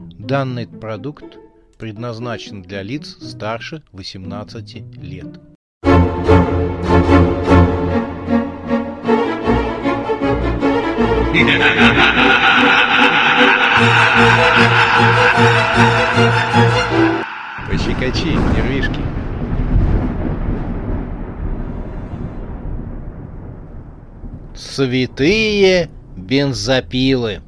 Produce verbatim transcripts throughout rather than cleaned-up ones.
Данный продукт предназначен для лиц старше восемнадцати лет. Пощекочи, нервишки. Святые бензопилы.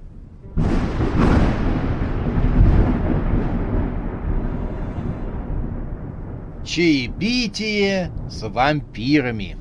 Чаепитие с вампирами.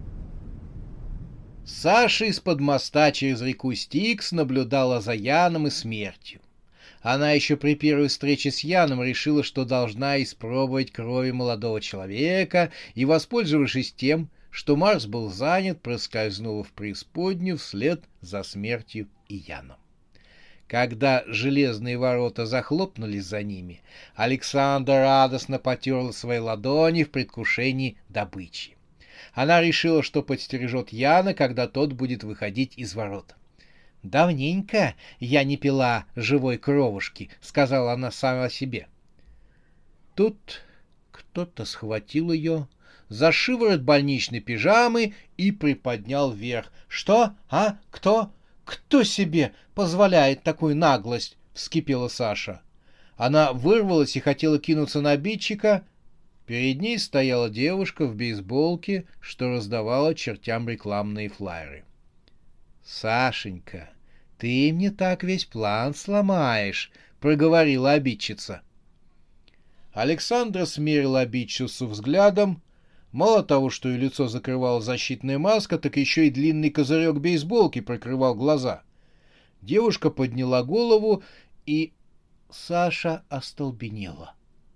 Саша из-под моста через реку Стикс наблюдала за Яном и смертью. Она еще при первой встрече с Яном решила, что должна испробовать крови молодого человека, и, воспользовавшись тем, что Марс был занят, проскользнула в преисподнюю вслед за смертью и Яном. Когда железные ворота захлопнулись за ними, Александра радостно потерла свои ладони в предвкушении добычи. Она решила, что подстережет Яна, когда тот будет выходить из ворот. «Давненько я не пила живой кровушки», — сказала она сама себе. Тут кто-то схватил ее за шиворот больничной пижамы и приподнял вверх. «Что? А? Кто? Кто себе позволяет такую наглость?» — вскипела Саша. Она вырвалась и хотела кинуться на обидчика. Перед ней стояла девушка в бейсболке, что раздавала чертям рекламные флаеры. «Сашенька, ты мне так весь план сломаешь», — проговорила обидчица. Александра смерила обидчицу взглядом. Мало того, что ее лицо закрывала защитная маска, так еще и длинный козырек бейсболки прикрывал глаза. Девушка подняла голову, и Саша остолбенела.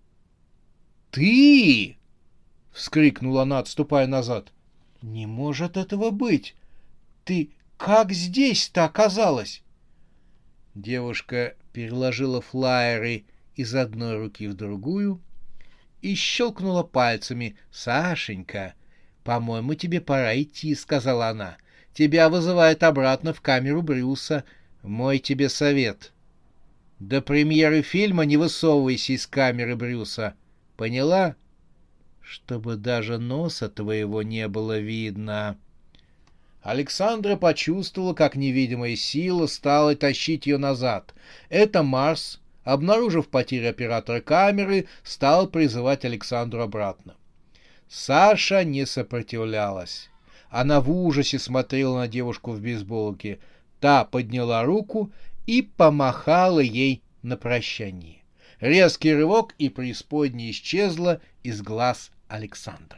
«Ты!» — вскрикнула она, отступая назад. «Не может этого быть! Ты как здесь-то оказалась?» Девушка переложила флаеры из одной руки в другую и щелкнула пальцами. «Сашенька, по-моему, тебе пора идти», — сказала она. «Тебя вызывают обратно в камеру Брюса. Мой тебе совет. До премьеры фильма не высовывайся из камеры Брюса. Поняла? Чтобы даже носа твоего не было видно». Александра почувствовала, как невидимая сила стала тащить ее назад. Это Марс, обнаружив потерю оператора камеры, стал призывать Александру обратно. Саша не сопротивлялась. Она в ужасе смотрела на девушку в бейсболке. Та подняла руку и помахала ей на прощание. Резкий рывок, и преисподняя исчезла из глаз Александры.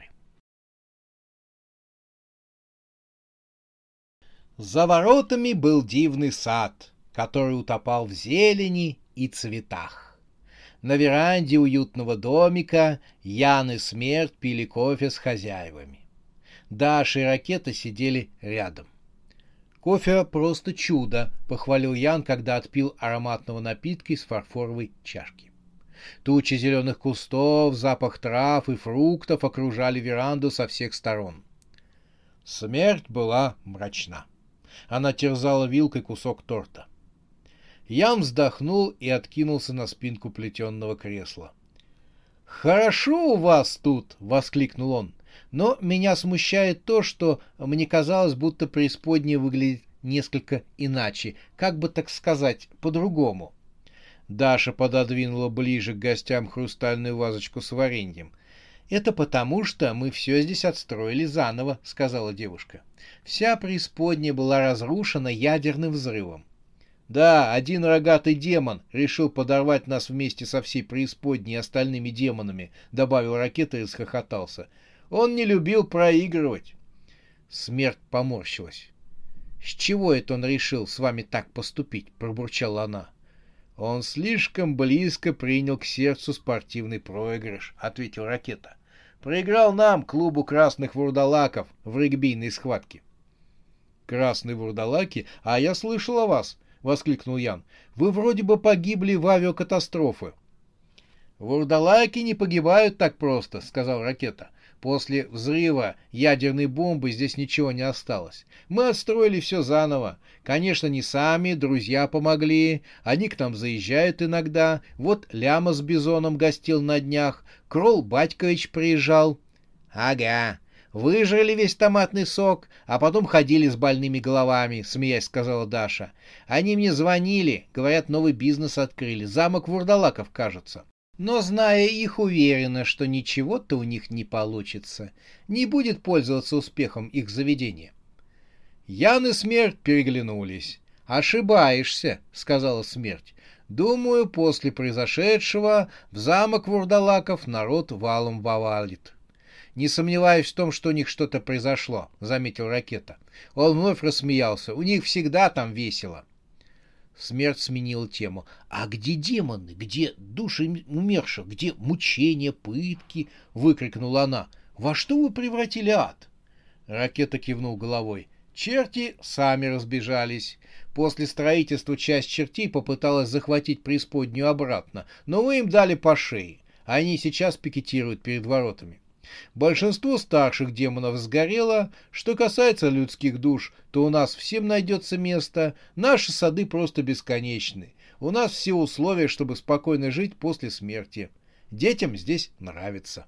За воротами был дивный сад, который утопал в зелени и цветах. На веранде уютного домика Ян и Смерть пили кофе с хозяевами. Даша и Ракета сидели рядом. «Кофе просто чудо», — похвалил Ян, когда отпил ароматного напитка из фарфоровой чашки. Тучи зеленых кустов, запах трав и фруктов окружали веранду со всех сторон. Смерть была мрачна. Она терзала вилкой кусок торта. Ян вздохнул и откинулся на спинку плетеного кресла. «Хорошо у вас тут!» — воскликнул он. «Но меня смущает то, что мне казалось, будто преисподняя выглядит несколько иначе, как бы так сказать, по-другому». Даша пододвинула ближе к гостям хрустальную вазочку с вареньем. «Это потому, что мы все здесь отстроили заново», — сказала девушка. «Вся преисподняя была разрушена ядерным взрывом. Да, один рогатый демон решил подорвать нас вместе со всей преисподней и остальными демонами», — добавил Ракета и расхохотался. «Он не любил проигрывать». Смерть поморщилась. «С чего это он решил с вами так поступить?» — пробурчала она. «Он слишком близко принял к сердцу спортивный проигрыш», — ответил Ракета. «Проиграл нам, клубу красных вурдалаков, в регбийной схватке». «Красные вурдалаки? А я слышал о вас», — воскликнул Ян. «Вы вроде бы погибли в авиакатастрофе». «Вурдалаки не погибают так просто», — сказал Ракета. После взрыва ядерной бомбы здесь ничего не осталось. Мы отстроили все заново. Конечно, не сами, друзья помогли. Они к нам заезжают иногда. Вот Ляма с Бизоном гостил на днях. Крол Батькович приезжал. — Ага. Выжрали весь томатный сок, а потом ходили с больными головами, — смеясь сказала Даша. Они мне звонили, говорят, новый бизнес открыли. Замок Вурдалаков, кажется. Но, зная их, уверена, что ничего-то у них не получится. Не будет пользоваться успехом их заведение. Ян и Смерть переглянулись. «Ошибаешься», — сказала Смерть. «Думаю, после произошедшего в замок Вурдалаков народ валом повалит». «Не сомневаюсь в том, что у них что-то произошло», — заметил Ракета. Он вновь рассмеялся. «У них всегда там весело». Смерть сменила тему. «А где демоны? Где души умерших? Где мучения, пытки?» — выкрикнула она. «Во что вы превратили ад?» Ракета кивнул головой. Черти сами разбежались. После строительства часть чертей попыталась захватить преисподнюю обратно, но мы им дали по шее. Они сейчас пикетируют перед воротами. Большинство старших демонов сгорело. Что касается людских душ, то у нас всем найдется место. Наши сады просто бесконечны. У нас все условия, чтобы спокойно жить после смерти. Детям здесь нравится.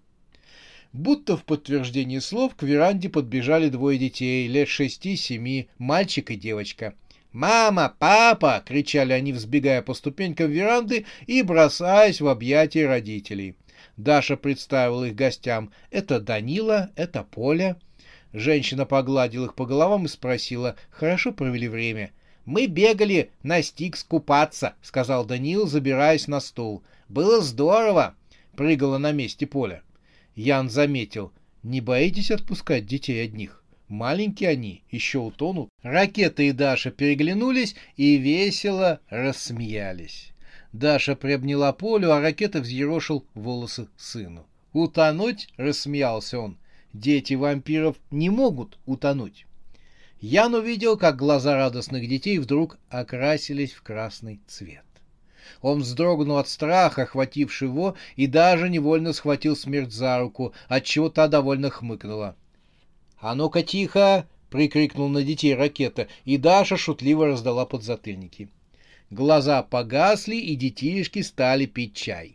Будто в подтверждение слов к веранде подбежали двое детей, лет шести-семи, мальчик и девочка. «Мама! Папа!» — кричали они, взбегая по ступенькам веранды и бросаясь в объятия родителей. Даша представила их гостям. «Это Данила, это Поля». Женщина погладила их по головам и спросила, хорошо провели время. «Мы бегали на Стикс купаться», — сказал Данил, забираясь на стул. «Было здорово», — прыгала на месте Поля. Ян заметил. «Не боитесь отпускать детей одних? Маленькие они, еще утонут». Ракета и Даша переглянулись и весело рассмеялись. Даша приобняла Полю, а Ракета взъерошил волосы сыну. «Утонуть?» — рассмеялся он. «Дети вампиров не могут утонуть». Ян увидел, как глаза радостных детей вдруг окрасились в красный цвет. Он вздрогнул от страха, охватившего его, и даже невольно схватил Смерть за руку, отчего та довольно хмыкнула. «А ну-ка тихо!» — прикрикнул на детей Ракета, и Даша шутливо раздала подзатыльники. Глаза погасли, и детишки стали пить чай.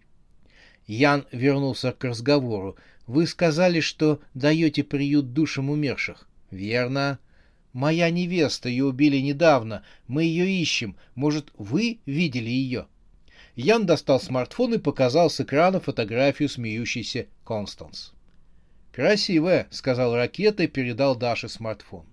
Ян вернулся к разговору. «Вы сказали, что даете приют душам умерших?» «Верно. Моя невеста, ее убили недавно. Мы ее ищем. Может, вы видели ее?» Ян достал смартфон и показал с экрана фотографию смеющейся Констанс. «Красивая», — сказал Ракета и передал Даше смартфон.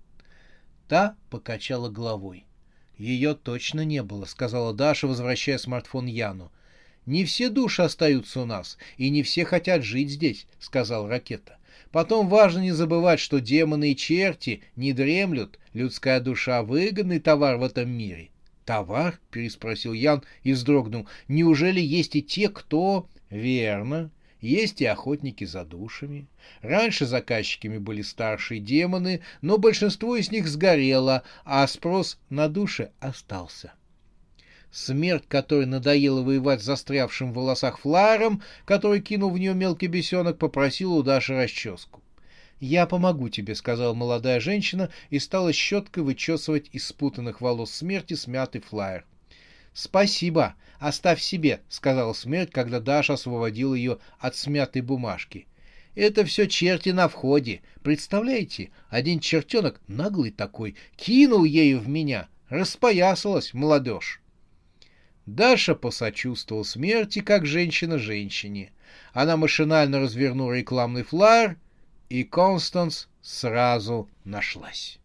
Та покачала головой. «Ее точно не было», — сказала Даша, возвращая смартфон Яну. «Не все души остаются у нас, и не все хотят жить здесь», — сказал Ракета. «Потом важно не забывать, что демоны и черти не дремлют. Людская душа — выгодный товар в этом мире». «Товар?» — переспросил Ян и вздрогнул. «Неужели есть и те, кто...» «Верно. Есть и охотники за душами. Раньше заказчиками были старшие демоны, но большинство из них сгорело, а спрос на души остался. Смерть, которой надоело воевать с застрявшим в волосах флаером, который кинул в нее мелкий бесенок, попросила у Даши расческу. «Я помогу тебе», — сказала молодая женщина и стала щеткой вычесывать из спутанных волос Смерти смятый флаер. «Спасибо, оставь себе», — сказала Смерть, когда Даша освободила ее от смятой бумажки. «Это все черти на входе. Представляете, один чертенок, наглый такой, кинул ею в меня. Распоясалась молодежь». Даша посочувствовала Смерти, как женщина женщине. Она машинально развернула рекламный флаер, и Констанс сразу нашлась.